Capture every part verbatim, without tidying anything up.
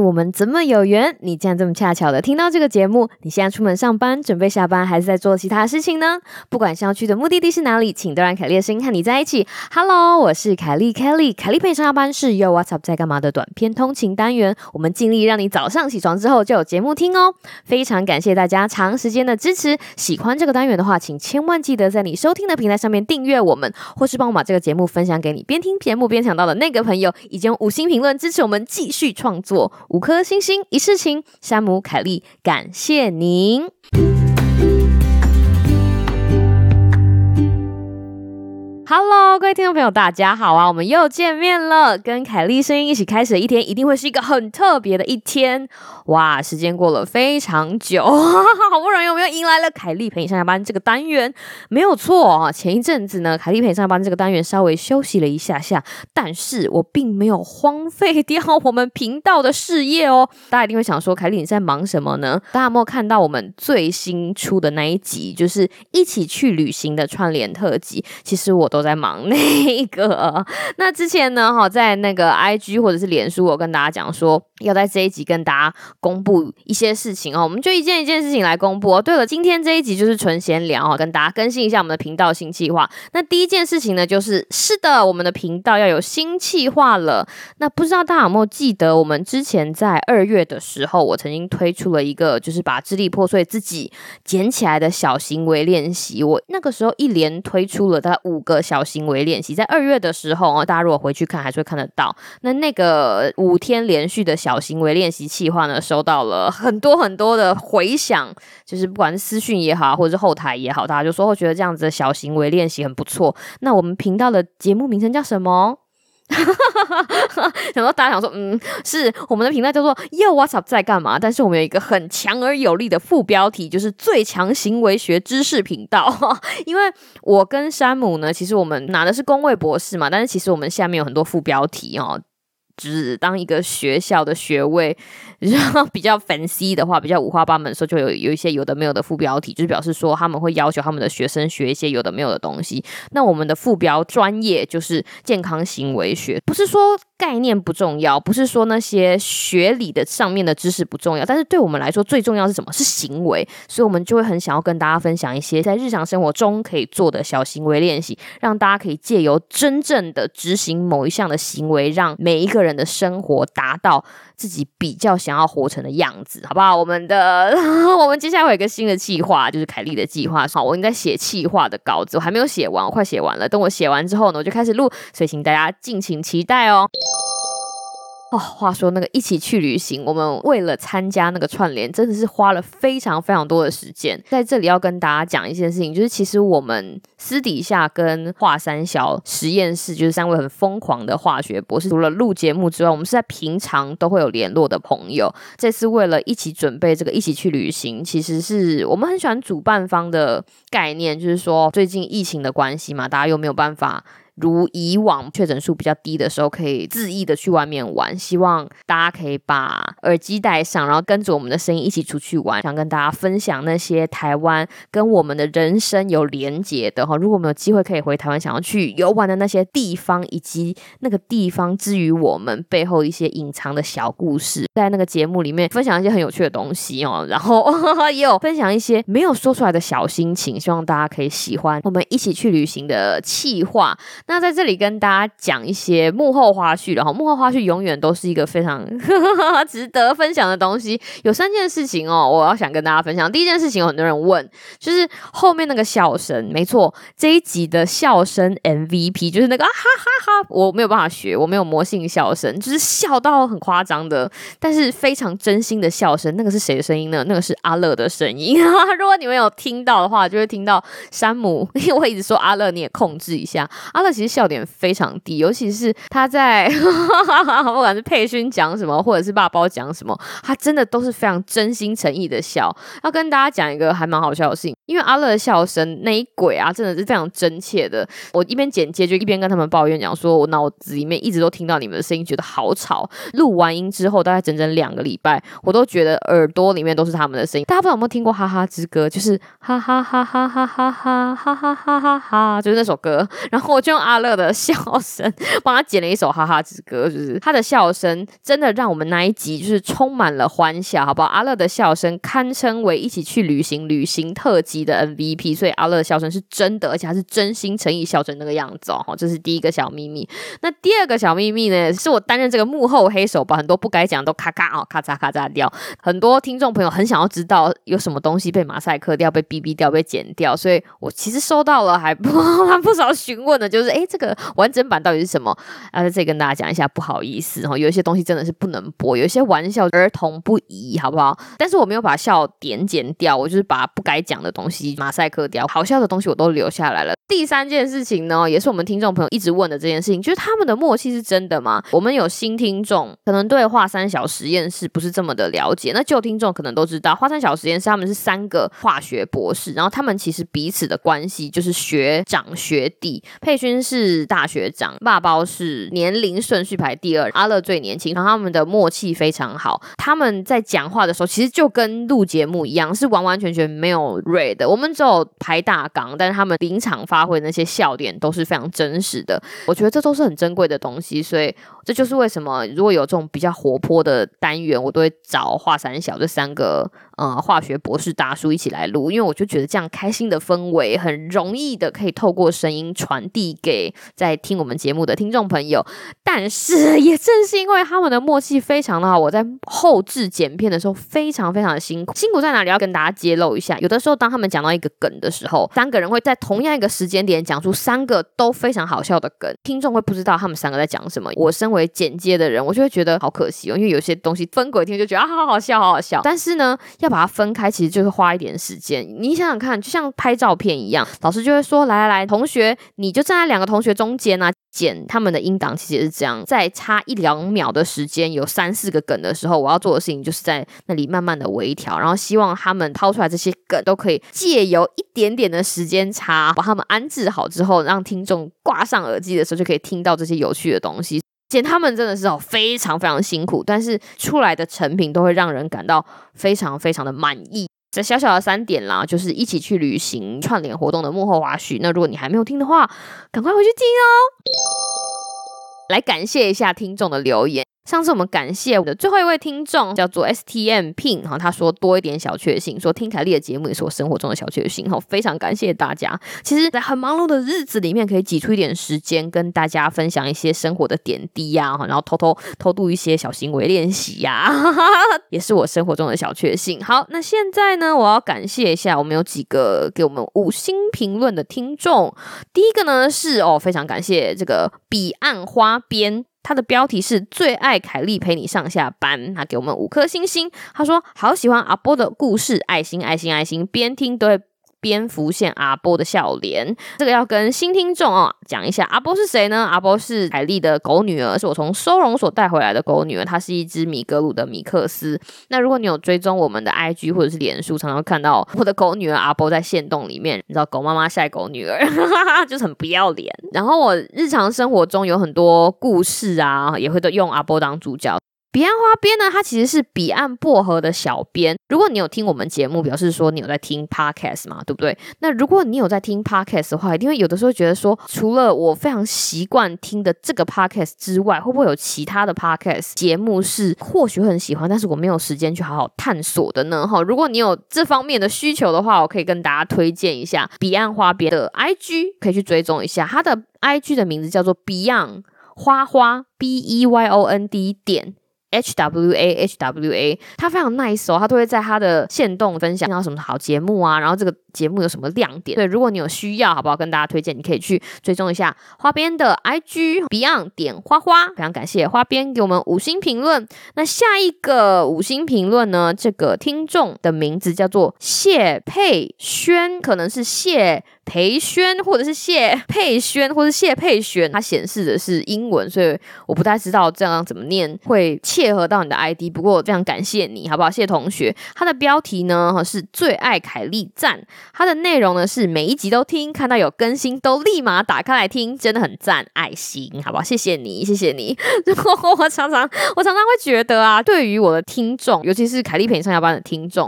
我们怎么有缘？你竟然这么恰巧的听到这个节目，你现在出门上班，准备下班，还是在做其他事情呢？不管是要去的目的地是哪里，请都让凯莉的声音和你在一起。Hello， 我是凯莉 Kelly， 凯莉陪你上下班是 Yo What's Up 在干嘛的短篇通勤单元，我们尽力让你早上起床之后就有节目听哦。非常感谢大家长时间的支持，喜欢这个单元的话，请千万记得在你收听的平台上面订阅我们，或是帮我把这个节目分享给你边听节目边想到的那个朋友，以及用五星评论支持我们继续创作，五颗星星一世情。山姆凯莉，感谢您。Hello， 各位听众朋友，大家好啊！我们又见面了，跟凯莉声音一起开始的一天，一定会是一个很特别的一天。哇，时间过了非常久，好不容易我们又迎来了凯莉陪你上下班这个单元，没有错啊。前一阵子呢，凯莉陪你上下班这个单元稍微休息了一下下，但是我并没有荒废掉我们频道的事业哦。大家一定会想说，凯莉你在忙什么呢？大家有没有看到我们最新出的那一集，就是一起去旅行的串联特辑？其实我都都在忙那个。那之前呢，在那个 I G 或者是脸书，我跟大家讲说，要在这一集跟大家公布一些事情哦，我们就一件一件事情来公布哦。对了，今天这一集就是纯闲聊哦，跟大家更新一下我们的频道新企划。那第一件事情呢，就是是的，我们的频道要有新企划了。那不知道大家有没有记得，我们之前在二月的时候，我曾经推出了一个就是把支离破碎自己捡起来的小行为练习。我那个时候一连推出了大概五个小行为练习，在二月的时候、哦、大家如果回去看还是会看得到。那那个五天连续的小行为练习企划呢，收到了很多很多的回响，就是不管是私讯也好，或者是后台也好，大家就说我觉得这样子的小行为练习很不错。那我们频道的节目名称叫什么？想说大家想说，嗯，是我们的频道叫做 Yo What's Up 在干嘛？但是我们有一个很强而有力的副标题，就是最强行为学知识频道。因为我跟山姆呢，其实我们拿的是公卫博士嘛，但是其实我们下面有很多副标题哦。只当一个学校的学位然后比较 fancy 的话，比较五花八门的时候，就有有一些有的没有的副标题，就是表示说他们会要求他们的学生学一些有的没有的东西。那我们的副标专业就是健康行为学，不是说概念不重要，不是说那些学理的上面的知识不重要，但是对我们来说最重要是什么？是行为。所以我们就会很想要跟大家分享一些在日常生活中可以做的小行为练习，让大家可以借由真正的执行某一项的行为，让每一个人的生活达到自己比较想要活成的样子，好不好？我们的我们接下来会有一个新的计划，就是凯莉的计划。好，我应该写企划的稿子，我还没有写完，我快写完了。等我写完之后呢，我就开始录，所以请大家敬请期待哦。哦，话说那个一起去旅行，我们为了参加那个串联，真的是花了非常非常多的时间。在这里要跟大家讲一件事情，就是其实我们私底下跟华山小实验室，就是三位很疯狂的化学博士，除了录节目之外，我们是在平常都会有联络的朋友。这次为了一起准备这个一起去旅行，其实是我们很喜欢主办方的概念，就是说最近疫情的关系嘛，大家又没有办法如以往确诊数比较低的时候可以恣意的去外面玩，希望大家可以把耳机戴上，然后跟着我们的声音一起出去玩，想跟大家分享那些台湾跟我们的人生有连结的。如果我们有机会可以回台湾想要去游玩的那些地方，以及那个地方之于我们背后一些隐藏的小故事，在那个节目里面分享一些很有趣的东西哦，然后也有分享一些没有说出来的小心情，希望大家可以喜欢我们一起去旅行的企划。那在这里跟大家讲一些幕后花絮，然后幕后花絮永远都是一个非常值得分享的东西。有三件事情哦，我要想跟大家分享。第一件事情有很多人问，就是后面那个笑声，没错，这一集的笑声 M V P 就是那个啊哈哈哈，我没有办法学，我没有魔性笑声，就是笑到很夸张的，但是非常真心的笑声。那个是谁的声音呢？那个是阿乐的声音。如果你们有听到的话，就会听到山姆，因为我一直说阿乐，你也控制一下。阿乐其实笑点非常低，尤其是他在不管是佩勋讲什么，或者是爸包讲什么，他真的都是非常真心诚意的笑。要跟大家讲一个还蛮好笑的事情，因为阿乐的笑声那一轨啊，真的是非常真切的。我一边剪接就一边跟他们抱怨讲说，我脑子里面一直都听到你们的声音，觉得好吵。录完音之后大概整整两个礼拜，我都觉得耳朵里面都是他们的声音。大家不知道有没有听过哈哈之歌，就是哈哈哈哈哈哈哈哈哈哈哈，就是那首歌。然后我就用阿乐的笑声，帮他剪了一首哈哈之歌，就是他的笑声真的让我们那一集就是充满了欢笑，好不好？阿乐的笑声堪称为一起去旅行旅行特辑的 M V P， 所以阿乐的笑声是真的，而且他是真心诚意笑成那个样子哦，这是第一个小秘密。那第二个小秘密呢，是我担任这个幕后黑手，把很多不该讲都咔咔哦咔嚓咔嚓掉。很多听众朋友很想要知道有什么东西被马赛克掉、被逼逼掉、被剪掉，所以我其实收到了还不不少询问的，就是哎，这个完整版到底是什么？啊，在这里跟大家讲一下，不好意思哦，有一些东西真的是不能播，有一些玩笑儿童不宜，好不好？但是我没有把笑点剪掉，我就是把不该讲的东西马赛克掉，好笑的东西我都留下来了。第三件事情呢，也是我们听众朋友一直问的这件事情，就是他们的默契是真的吗？我们有新听众可能对华三小实验室不是这么的了解，那旧听众可能都知道华三小实验室他们是三个化学博士，然后他们其实彼此的关系就是学长学弟，佩勋是大学长，爸包是年龄顺序排第二，阿乐最年轻，然后他们的默契非常好，他们在讲话的时候其实就跟录节目一样，是完完全全没有 read 的，我们只有排大纲，但是他们临场发挥那些笑点都是非常真实的，我觉得这都是很珍贵的东西，所以这就是为什么如果有这种比较活泼的单元，我都会找华三小这三个呃化学博士大叔一起来录，因为我就觉得这样开心的氛围很容易的可以透过声音传递给在听我们节目的听众朋友。但是也正是因为他们的默契非常的好，我在后制剪片的时候非常非常的辛苦。辛苦在哪里？要跟大家揭露一下，有的时候当他们讲到一个梗的时候，三个人会在同样一个时间点讲出三个都非常好笑的梗，听众会不知道他们三个在讲什么。我身为剪接的人，我就会觉得好可惜哦，因为有些东西分轨听就觉得啊好好笑好好笑，但是呢要把它分开其实就是花一点时间。你想想看，就像拍照片一样，老师就会说来来来同学你就站在两个同学中间啊，剪他们的音档其实也是这样，在差一两秒的时间有三四个梗的时候，我要做的事情就是在那里慢慢的微调，然后希望他们掏出来这些梗都可以借由一点点的时间差把他们安置好之后，让听众挂上耳机的时候就可以听到这些有趣的东西。剪他们真的是哦非常非常辛苦，但是出来的成品都会让人感到非常非常的满意。这小小的三点啦，就是一起去旅行串联活动的幕后花絮，那如果你还没有听的话赶快回去听哦。来感谢一下听众的留言，上次我们感谢我的最后一位听众叫做 S T M Pin， 他说多一点小确幸，说听凯莉的节目也是我生活中的小确幸，非常感谢大家。其实在很忙碌的日子里面可以挤出一点时间跟大家分享一些生活的点滴呀、啊，然后偷偷偷渡一些小行为练习呀、啊，也是我生活中的小确幸。好，那现在呢我要感谢一下我们有几个给我们五星评论的听众。第一个呢是哦非常感谢这个彼岸花边，他的标题是最爱凯莉陪你上下班，他给我们五颗星星，他说好喜欢阿波的故事，爱心爱心爱心，边听都会边浮现阿波的笑脸。这个要跟新听众哦讲一下，阿波是谁呢？阿波是凯莉的狗女儿，是我从收容所带回来的狗女儿，她是一只米格鲁的米克斯。那如果你有追踪我们的 I G 或者是脸书，常常会看到我的狗女儿阿波在限动里面，你知道狗妈妈晒狗女儿就是很不要脸。然后我日常生活中有很多故事啊，也会都用阿波当主角。彼岸花边呢，它其实是彼岸薄荷的小编。如果你有听我们节目，表示说你有在听 podcast 嘛，对不对？那如果你有在听 podcast 的话，一定会有的时候觉得说，除了我非常习惯听的这个 podcast 之外，会不会有其他的 podcast 节目是或许会很喜欢，但是我没有时间去好好探索的呢？如果你有这方面的需求的话，我可以跟大家推荐一下彼岸花边的 I G， 可以去追踪一下。它的 I G 的名字叫做 Beyond 花花 B E Y O N D 点H W A H W A， 他非常 nice 哦，他都会在他的限动分享到什么好节目啊，然后这个节目有什么亮点。对，如果你有需要，好不好？跟大家推荐，你可以去追踪一下花边的 I G Beyond 点花花。非常感谢花边给我们五星评论。那下一个五星评论呢？这个听众的名字叫做谢佩轩，可能是谢培轩，或者是谢佩轩，或者是谢佩轩，它显示的是英文，所以我不太知道这样怎么念会切合到你的 I D。不过我非常感谢你，好不好？谢同学。他的标题呢是最爱凯莉赞，他的内容呢是每一集都听，看到有更新都立马打开来听，真的很赞，爱心，好不好？谢谢你，谢谢你。我常常我常常会觉得啊，对于我的听众，尤其是凯莉陪你上下班的听众，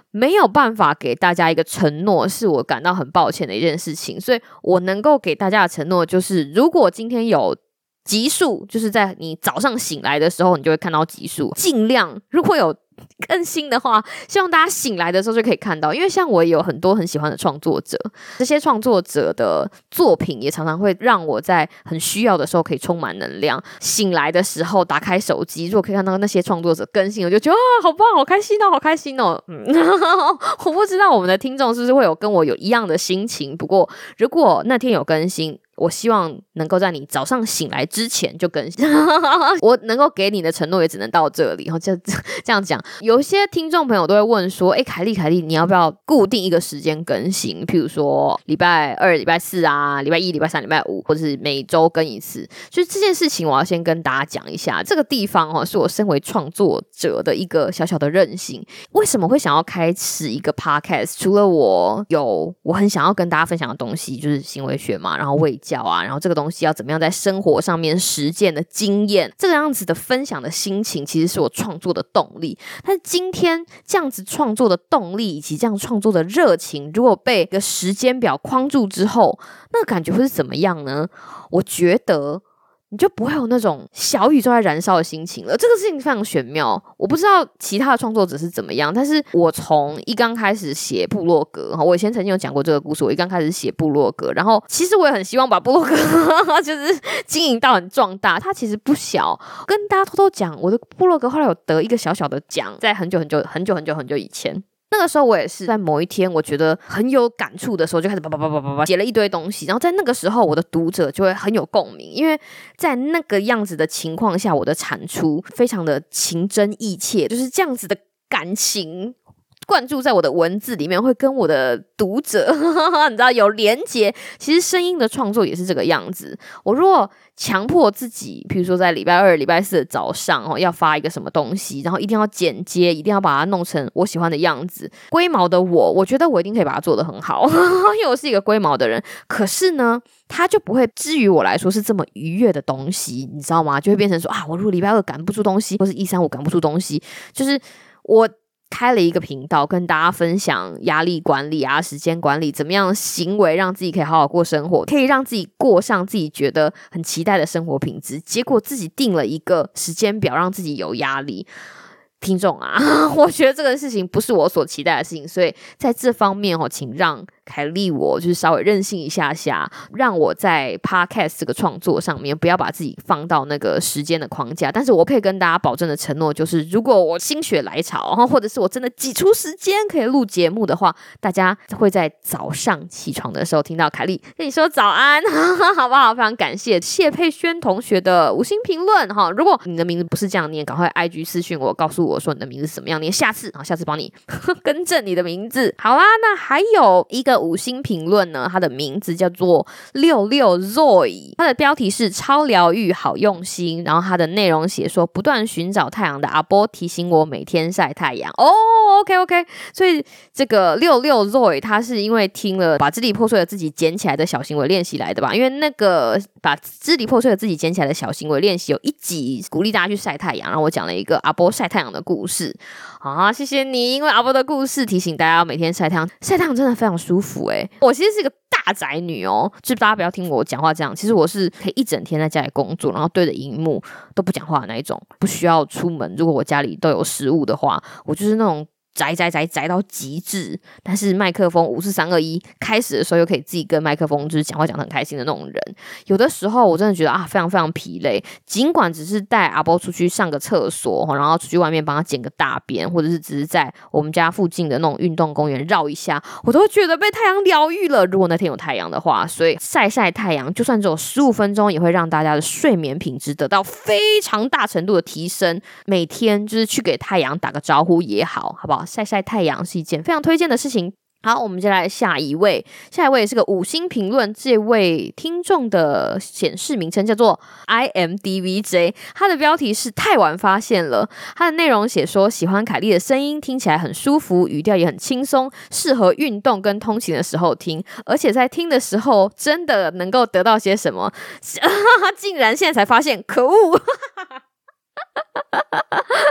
没有办法给大家一个承诺，是我感到很抱歉的一件事情。所以我能够给大家的承诺就是，如果今天有集数，就是在你早上醒来的时候，你就会看到集数。尽量如果有更新的话，希望大家醒来的时候就可以看到。因为像我也有很多很喜欢的创作者，这些创作者的作品也常常会让我在很需要的时候可以充满能量。醒来的时候打开手机，如果可以看到那些创作者更新，我就觉得啊，好棒，好开心哦，好开心哦。嗯，我不知道我们的听众是不是会有跟我有一样的心情，不过如果那天有更新，我希望能够在你早上醒来之前就更新。我能够给你的承诺也只能到这里。然后就这样讲，有些听众朋友都会问说，诶，凯莉凯莉你要不要固定一个时间更新，譬如说礼拜二礼拜四啊，礼拜一礼拜三礼拜五，或者是每周更一次。就是这件事情我要先跟大家讲一下，这个地方哦，是我身为创作者的一个小小的任性。为什么会想要开始一个 podcast， 除了我有我很想要跟大家分享的东西，就是行为学嘛，然后卫教啊，然后这个东西要怎么样在生活上面实践的经验，这个样子的分享的心情其实是我创作的动力。但是今天这样子创作的动力以及这样创作的热情，如果被一个时间表框住之后，那个感觉会是怎么样呢？我觉得你就不会有那种小宇宙在燃烧的心情了。这个事情非常玄妙，我不知道其他的创作者是怎么样，但是我从一刚开始写部落格，我以前曾经有讲过这个故事，我一刚开始写部落格，然后其实我也很希望把部落格就是经营到很壮大，它其实不小。跟大家偷偷讲，我的部落格后来有得一个小小的奖，在很久很久很久很久很久以前。那个时候我也是在某一天我觉得很有感触的时候，就开始叭叭叭叭叭叭写了一堆东西，然后在那个时候我的读者就会很有共鸣，因为在那个样子的情况下，我的产出非常的情真意切，就是这样子的感情灌注在我的文字里面，会跟我的读者你知道有连结。其实声音的创作也是这个样子，我如果强迫自己，比如说在礼拜二礼拜四的早上、哦、要发一个什么东西，然后一定要剪接，一定要把它弄成我喜欢的样子，龟毛的我我觉得我一定可以把它做得很好因为我是一个龟毛的人。可是呢它就不会至于我来说是这么愉悦的东西，你知道吗？就会变成说啊，我如果礼拜二赶不出东西，或是一三五赶不出东西，就是我开了一个频道跟大家分享压力管理啊，时间管理，怎么样行为让自己可以好好过生活，可以让自己过上自己觉得很期待的生活品质，结果自己定了一个时间表让自己有压力。听众啊，我觉得这个事情不是我所期待的事情，所以在这方面哦，请让凯莉我就是稍微任性一下下，让我在 podcast 这个创作上面不要把自己放到那个时间的框架。但是我可以跟大家保证的承诺就是，如果我心血来潮，或者是我真的挤出时间可以录节目的话，大家会在早上起床的时候听到凯莉跟你说早安好不好？非常感谢谢佩轩同学的五星评论。如果你的名字不是这样念，赶快 I G 私讯我，告诉我说你的名字是怎么样念，下次下次帮你更正你的名字。好啦，那还有一个五星评论呢，它的名字叫做六六 Zoe， 它的标题是超疗愈好用心，然后它的内容写说不断寻找太阳的阿波提醒我每天晒太阳。哦 OK OK， 所以这个六六 Zoe 他是因为听了把支离破碎的自己捡起来的小行为练习来的吧，因为那个把支离破碎的自己捡起来的小行为练习有一集鼓励大家去晒太阳，然后我讲了一个阿波晒太阳的故事。好，谢谢你，因为阿波的故事提醒大家要每天晒太阳，晒太阳真的非常舒服耶。我其实是一个大宅女哦，就大家不要听我讲话这样，其实我是可以一整天在家里工作，然后对着荧幕都不讲话的那一种，不需要出门。如果我家里都有食物的话，我就是那种宅宅宅宅到极致，但是麦克风五四三二一开始的时候又可以自己跟麦克风就是讲话讲得很开心的那种人。有的时候我真的觉得啊，非常非常疲累，尽管只是带阿波出去上个厕所，然后出去外面帮他捡个大便，或者是只是在我们家附近的那种运动公园绕一下，我都觉得被太阳疗愈了。如果那天有太阳的话，所以晒晒太阳就算只有十五分钟也会让大家的睡眠品质得到非常大程度的提升。每天就是去给太阳打个招呼也好，好不好？晒晒太阳是一件非常推荐的事情。好，我们接下来下一位，下一位是个五星评论，这位听众的显示名称叫做 I M D V J， 他的标题是太晚发现了，他的内容写说喜欢凯莉的声音，听起来很舒服，语调也很轻松，适合运动跟通勤的时候听，而且在听的时候真的能够得到些什么竟然现在才发现，可恶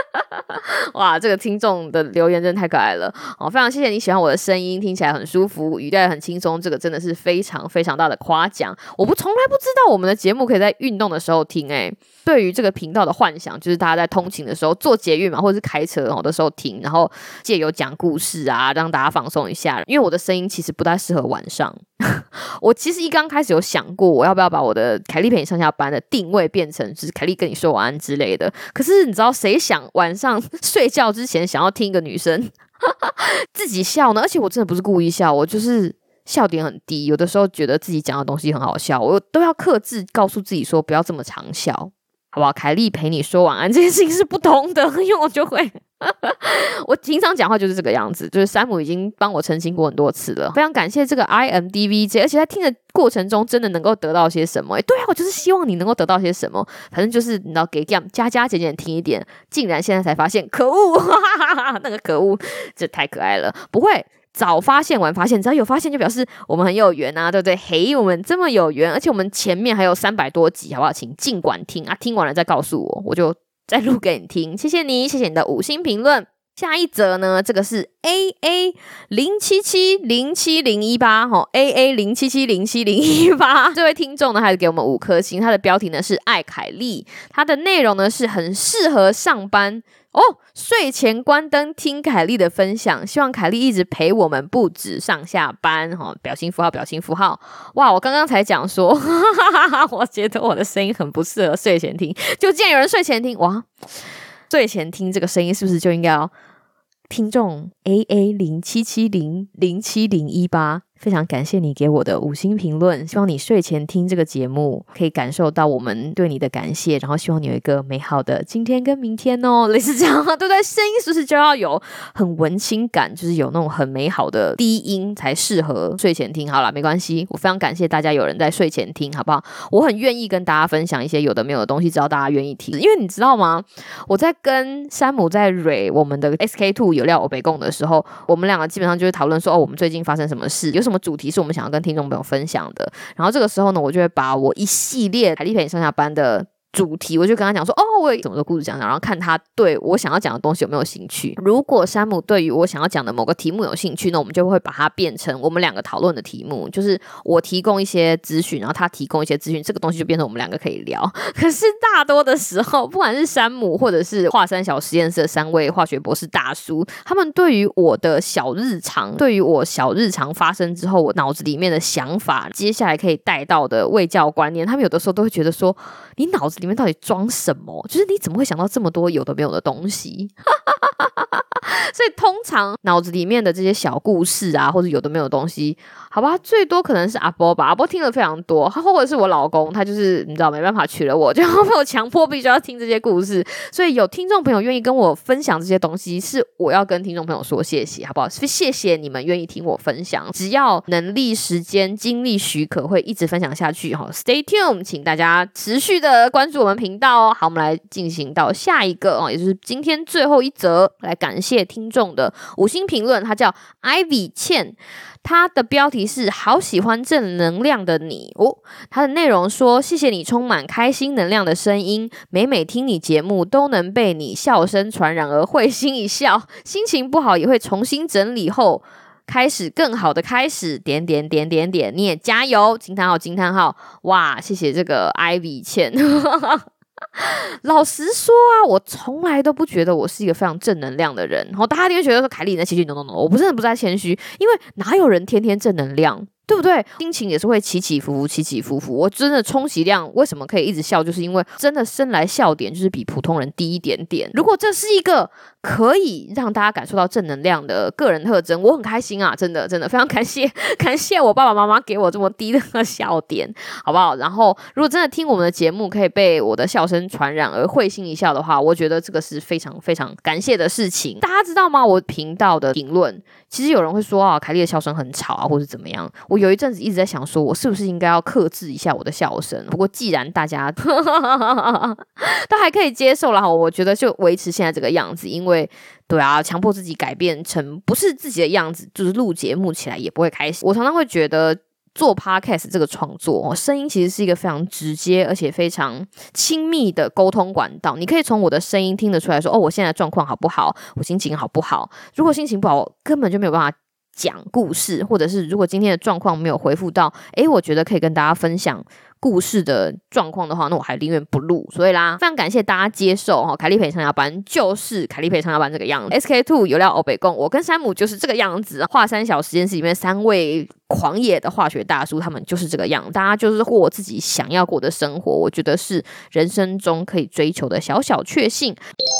哇，这个听众的留言真的太可爱了哦！非常谢谢你喜欢我的声音，听起来很舒服，语调很轻松，这个真的是非常非常大的夸奖。我不从来不知道我们的节目可以在运动的时候听诶。对于这个频道的幻想就是大家在通勤的时候坐捷运嘛，或者是开车的时候听，然后借由讲故事啊让大家放松一下。因为我的声音其实不太适合晚上我其实一刚开始有想过我要不要把我的凯莉陪你上下班的定位变成就是凯莉跟你说晚安之类的，可是你知道谁想晚上睡觉之前想要听一个女生自己笑呢？而且我真的不是故意笑，我就是笑点很低，有的时候觉得自己讲的东西很好笑，我都要克制告诉自己说不要这么常笑，好不好？凯莉陪你说晚安这件事情是不同的，因为我就会我平常讲话就是这个样子，就是山姆已经帮我澄清过很多次了，非常感谢这个 I M D V J， 而且在听的过程中真的能够得到些什么。诶对啊，我就是希望你能够得到些什么，反正就是你知道给加加减减听一点，竟然现在才发现，可恶那个可恶，这太可爱了。不会早发现晚发现，只要有发现就表示我们很有缘啊，对不对？嘿，我们这么有缘，而且我们前面还有三百多集，好不好？请尽管听啊，听完了再告诉我，我就再录给你听。谢谢你，谢谢你的五星评论。下一则呢，这个是 A A 零七七零七零一八 A A 零七七零七零一八 这位听众呢还是给我们五颗星，他的标题呢是爱凯莉，他的内容呢是很适合上班哦，睡前关灯听凯莉的分享，希望凯莉一直陪我们不止上下班、哦、表情符号表情符号。哇，我刚刚才讲说我觉得我的声音很不适合睡前听，就竟然有人睡前听，哇，睡前听这个声音是不是就应该要听众 A A 零七七零零七零一八，非常感谢你给我的五星评论，希望你睡前听这个节目可以感受到我们对你的感谢，然后希望你有一个美好的今天跟明天哦，类似这样对不对？声音是不是就要有很文青感，就是有那种很美好的低音才适合睡前听。好啦，没关系，我非常感谢大家有人在睡前听，好不好？我很愿意跟大家分享一些有的没有的东西，只要大家愿意听。因为你知道吗，我在跟山姆在蕊我们的 S K 二 有料欧北贡的时候，我们两个基本上就会讨论说，哦，我们最近发生什么事，有什么主题是我们想要跟听众朋友分享的。然后这个时候呢，我就会把我一系列凯莉陪你上下班的主题，我就跟他讲说，哦，我有什么的故事讲讲，然后看他对我想要讲的东西有没有兴趣。如果山姆对于我想要讲的某个题目有兴趣，那我们就会把它变成我们两个讨论的题目，就是我提供一些资讯，然后他提供一些资讯，这个东西就变成我们两个可以聊。可是大多的时候，不管是山姆或者是华山小实验室的三位化学博士大叔，他们对于我的小日常，对于我小日常发生之后我脑子里面的想法，接下来可以带到的卫教观念，他们有的时候都会觉得说，你脑子里面到底装什么？就是你怎么会想到这么多有的没有的东西？所以通常脑子里面的这些小故事啊，或者有的没有的东西，好吧，最多可能是阿波吧，阿波听了非常多，或者是我老公，他就是你知道没办法娶了我，就被我强迫必须要听这些故事。所以有听众朋友愿意跟我分享这些东西，是我要跟听众朋友说谢谢，好不好？谢谢你们愿意听我分享，只要能力、时间、精力许可，会一直分享下去。Stay tuned， 请大家持续的关注我们频道哦。好，我们来进行到下一个哦，也就是今天最后一则，来感谢听众的五星评论，他叫 Ivy 倩，他的标题是好喜欢正能量的你哦。他的内容说，谢谢你充满开心能量的声音，每每听你节目都能被你笑声传染而会心一笑，心情不好也会重新整理后开始更好的开始，点点点点点，你也加油！惊叹号惊叹号！哇，谢谢这个 Ivy 倩。老实说啊，我从来都不觉得我是一个非常正能量的人。然后大家一定会觉得说，凯莉你在谦虚 ，no no no， 我不是很不在谦虚，因为哪有人天天正能量？对不对？心情也是会起起伏伏起起伏伏。我真的充其量为什么可以一直笑，就是因为真的生来笑点就是比普通人低一点点。如果这是一个可以让大家感受到正能量的个人特征，我很开心啊，真的真的非常感谢感谢我爸爸妈妈给我这么低的笑点，好不好？然后如果真的听我们的节目可以被我的笑声传染而会心一笑的话，我觉得这个是非常非常感谢的事情。大家知道吗？我频道的评论其实有人会说啊，凯莉的笑声很吵啊，或是怎么样。我有一阵子一直在想说，我是不是应该要克制一下我的笑声。不过既然大家都还可以接受啦，我觉得就维持现在这个样子。因为对啊，强迫自己改变成不是自己的样子，就是录节目起来也不会开心。我常常会觉得做 podcast 这个创作，声音其实是一个非常直接而且非常亲密的沟通管道。你可以从我的声音听得出来说，哦，我现在状况好不好，我心情好不好。如果心情不好，根本就没有办法讲故事，或者是如果今天的状况没有恢复到诶我觉得可以跟大家分享故事的状况的话，那我还宁愿不录。所以啦，非常感谢大家接受哦，凯莉陪上下班就是凯莉陪上下班这个样子。S K two 有料欧北共，我跟山姆就是这个样子。华三小实验室里面三位狂野的化学大叔，他们就是这个样子。大家就是过自己想要过的生活，我觉得是人生中可以追求的小小确幸。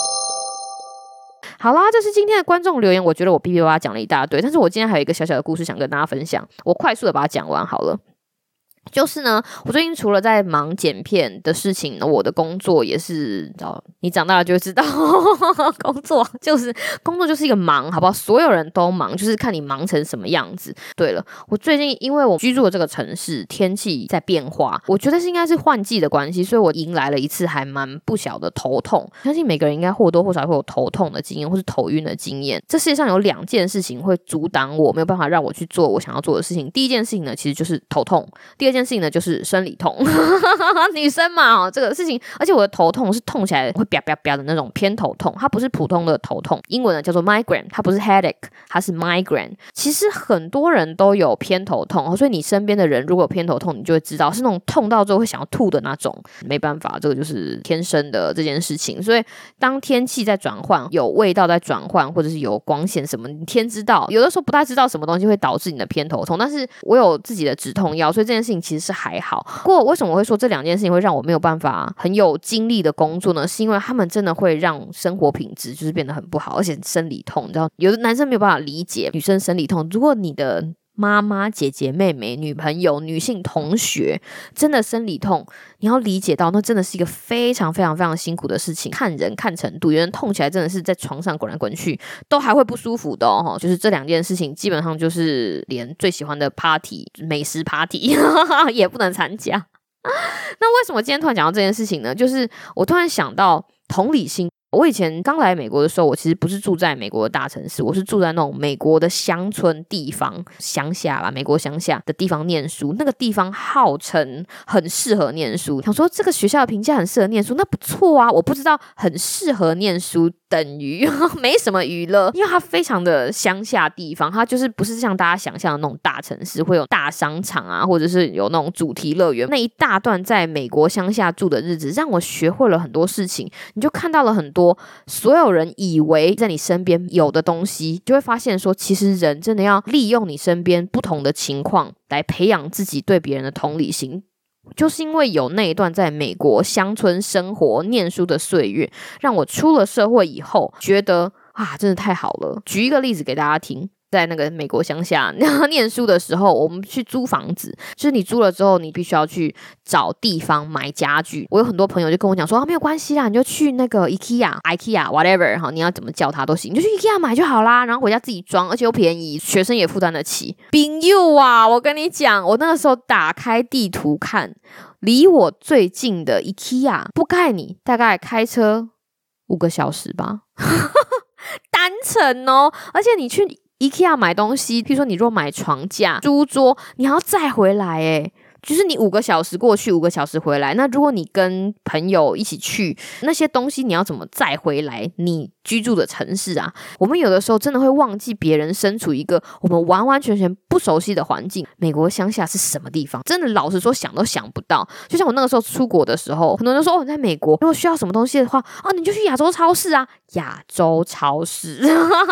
好啦，这是今天的观众留言，我觉得我哔哔叭叭讲了一大堆，但是我今天还有一个小小的故事想跟大家分享，我快速的把它讲完好了。就是呢，我最近除了在忙剪片的事情，我的工作也是，你长大了就会知道，工作就是工作就是一个忙，好不好？所有人都忙，就是看你忙成什么样子。对了，我最近因为我居住的这个城市天气在变化，我觉得是应该是换季的关系，所以我迎来了一次还蛮不小的头痛。相信每个人应该或多或少会有头痛的经验，或是头晕的经验。这世界上有两件事情会阻挡我，没有办法让我去做我想要做的事情。第一件事情呢，其实就是头痛；第二件事情呢，就是生理痛。女生嘛、哦，这个事情，而且我的头痛是痛起来会啪啪啪的那种偏头痛，它不是普通的头痛，英文呢叫做 migraine， 它不是 headache， 它是 migraine。其实很多人都有偏头痛，所以你身边的人如果有偏头痛，你就会知道是那种痛到之后会想要吐的那种。没办法，这个就是天生的这件事情。所以当天气在转换，有味道在转换，或者是有光线什么，你天知道，有的时候不太知道什么东西会导致你的偏头痛。但是我有自己的止痛药，所以这件事情其实是还好。不过为什么我会说这两件事情会让我没有办法很有精力的工作呢？是因为他们真的会让生活品质就是变得很不好，而且生理痛，你知道，有的男生没有办法理解女生生理痛。如果你的妈妈、姐姐、妹妹、女朋友、女性同学真的生理痛，你要理解到那真的是一个非常非常非常辛苦的事情，看人看程度，有人痛起来真的是在床上滚来滚去都还会不舒服的哦。就是这两件事情基本上就是连最喜欢的 party 美食 party 也不能参加。那为什么今天突然讲到这件事情呢？就是我突然想到同理心。我以前刚来美国的时候，我其实不是住在美国的大城市，我是住在那种美国的乡村地方，乡下啦，美国乡下的地方念书。那个地方号称很适合念书，想说这个学校的评价很适合念书，那不错啊。我不知道很适合念书等于没什么娱乐，因为它非常的乡下地方，它就是不是像大家想象的那种大城市会有大商场啊，或者是有那种主题乐园。那一大段在美国乡下住的日子，让我学会了很多事情。你就看到了很多所有人以为在你身边有的东西，就会发现说其实人真的要利用你身边不同的情况来培养自己对别人的同理心。就是因为有那一段在美国乡村生活念书的岁月，让我出了社会以后觉得啊，真的太好了。举一个例子给大家听，在那个美国乡下念书的时候，我们去租房子，就是你租了之后你必须要去找地方买家具。我有很多朋友就跟我讲说、啊、没有关系啦，你就去那个 IKEA IKEA whatever， 你要怎么叫它都行，你就去 IKEA 买就好啦，然后回家自己装，而且又便宜，学生也负担得起。朋友啊，我跟你讲，我那个时候打开地图看，离我最近的 IKEA 不盖你大概开车五个小时吧单程哦。而且你去IKEA 买东西，譬如说你若买床架、书桌，你还要再回来诶，就是你五个小时过去，五个小时回来。那如果你跟朋友一起去，那些东西你要怎么再回来你居住的城市啊？我们有的时候真的会忘记别人身处一个我们完完全全不熟悉的环境。美国乡下是什么地方？真的老实说想都想不到。就像我那个时候出国的时候，很多人说哦，你在美国如果需要什么东西的话，哦，你就去亚洲超市啊。亚洲超市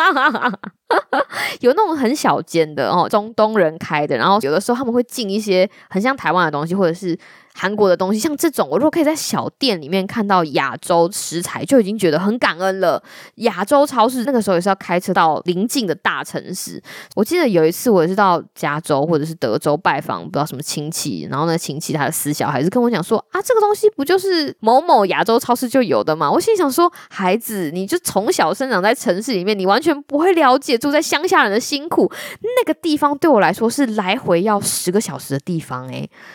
有那种很小间的哦，中东人开的，然后有的时候他们会进一些很像台湾的东西，或者是韩国的东西，像这种我如果可以在小店里面看到亚洲食材，就已经觉得很感恩了。亚洲超市那个时候也是要开车到邻近的大城市。我记得有一次我也是到加州或者是德州拜访不知道什么亲戚，然后那亲戚他的死小孩子跟我讲说啊，这个东西不就是某某亚洲超市就有的吗？我心里想说，孩子你就从小生长在城市里面，你完全不会了解住在乡下人的辛苦。那个地方对我来说是来回要十个小时的地方诶、欸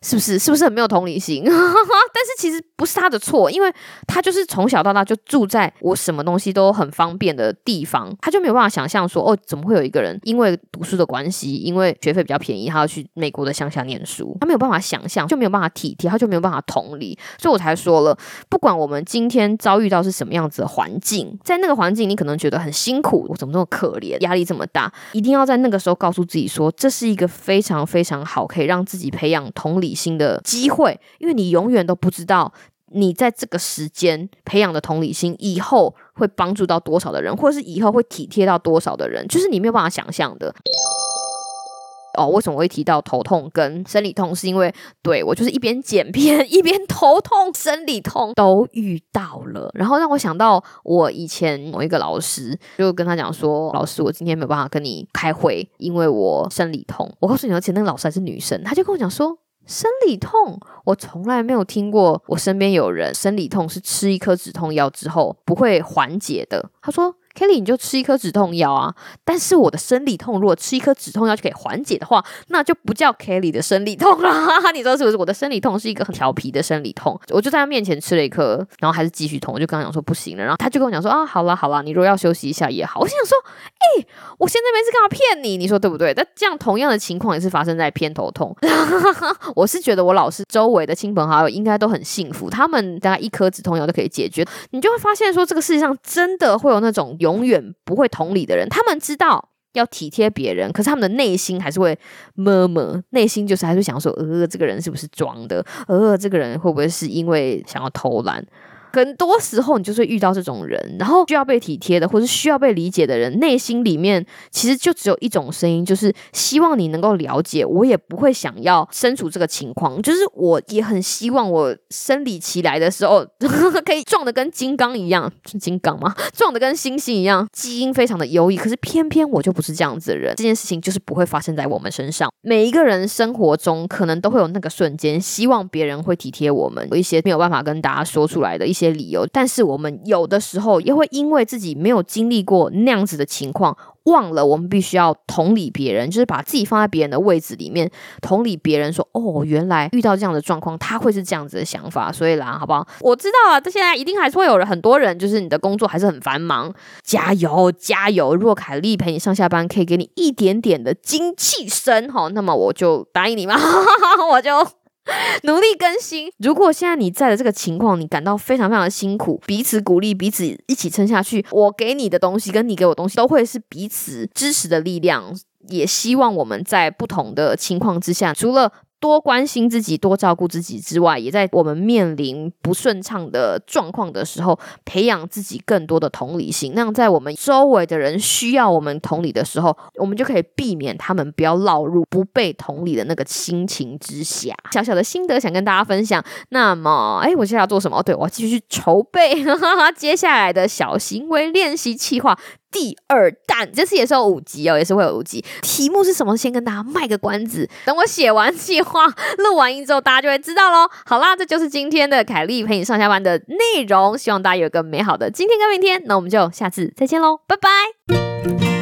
是不是是不是很没有同理心？但是其实不是他的错，因为他就是从小到大就住在我什么东西都很方便的地方，他就没有办法想象说，哦，怎么会有一个人因为读书的关系，因为学费比较便宜，他要去美国的乡下念书，他没有办法想象，就没有办法体贴，他就没有办法同理。所以我才说了，不管我们今天遭遇到是什么样子的环境，在那个环境你可能觉得很辛苦，我怎么这么可怜，压力这么大，一定要在那个时候告诉自己说，这是一个非常非常好可以让自己培养同理心的机会，因为你永远都不知道你在这个时间培养的同理心以后会帮助到多少的人，或者是以后会体贴到多少的人，就是你没有办法想象的。哦，为什么我会提到头痛跟生理痛，是因为对我就是一边剪片一边头痛生理痛都遇到了，然后让我想到我以前某一个老师，就跟他讲说，老师我今天没有办法跟你开会，因为我生理痛。我告诉你，而且那个老师还是女生，她就跟我讲说，生理痛，我从来没有听过我身边有人生理痛是吃一颗止痛药之后不会缓解的。他说Kelly 你就吃一颗止痛药啊，但是我的生理痛如果吃一颗止痛药就可以缓解的话，那就不叫 Kelly 的生理痛啦。你说是不是？我的生理痛是一个很调皮的生理痛，我就在他面前吃了一颗，然后还是继续痛，我就跟他讲说不行了，然后他就跟我讲说啊，好啦好啦，你如果要休息一下也好。我心想说，哎、欸，我现在没事干嘛骗你？你说对不对？但这样同样的情况也是发生在偏头痛。我是觉得我老师周围的亲朋好友应该都很幸福，他们大概一颗止痛药就可以解决。你就会发现说，这个世界上真的会有那种永远不会同理的人，他们知道要体贴别人，可是他们的内心还是会 murmur， 内心就是还是想说，呃，这个人是不是装的？呃，这个人会不会是因为想要偷懒？很多时候你就是会遇到这种人，然后需要被体贴的或是需要被理解的人，内心里面其实就只有一种声音，就是希望你能够了解，我也不会想要身处这个情况，就是我也很希望我生理期来的时候可以壮得跟金刚一样，是金刚吗？壮得跟猩猩一样，基因非常的优异，可是偏偏我就不是这样子的人，这件事情就是不会发生在我们身上。每一个人生活中可能都会有那个瞬间，希望别人会体贴我们，有一些没有办法跟大家说出来的一些理由，但是我们有的时候也会因为自己没有经历过那样子的情况，忘了我们必须要同理别人，就是把自己放在别人的位置里面，同理别人说，哦，原来遇到这样的状况他会是这样子的想法。所以啦，好不好？我知道啊，现在一定还是会有很多人，就是你的工作还是很繁忙，加油加油，如果凯莉陪你上下班可以给你一点点的精气神，那么我就答应你嘛我就努力更新。如果现在你在的这个情况，你感到非常非常的辛苦，彼此鼓励，彼此一起撑下去，我给你的东西跟你给我的东西都会是彼此支持的力量。也希望我们在不同的情况之下，除了多关心自己多照顾自己之外，也在我们面临不顺畅的状况的时候培养自己更多的同理心，那样在我们周围的人需要我们同理的时候，我们就可以避免他们不要落入不被同理的那个心情之下。小小的心得想跟大家分享。那么哎，我接下来要做什么？对，我要继续去筹备接下来的小行为练习计划第二弹，这次也是有五集哦，也是会有五集。题目是什么？先跟大家卖个关子，等我写完计划、录完音之后，大家就会知道咯。好啦，这就是今天的凯莉陪你上下班的内容，希望大家有一个美好的今天跟明天。那我们就下次再见咯，拜拜。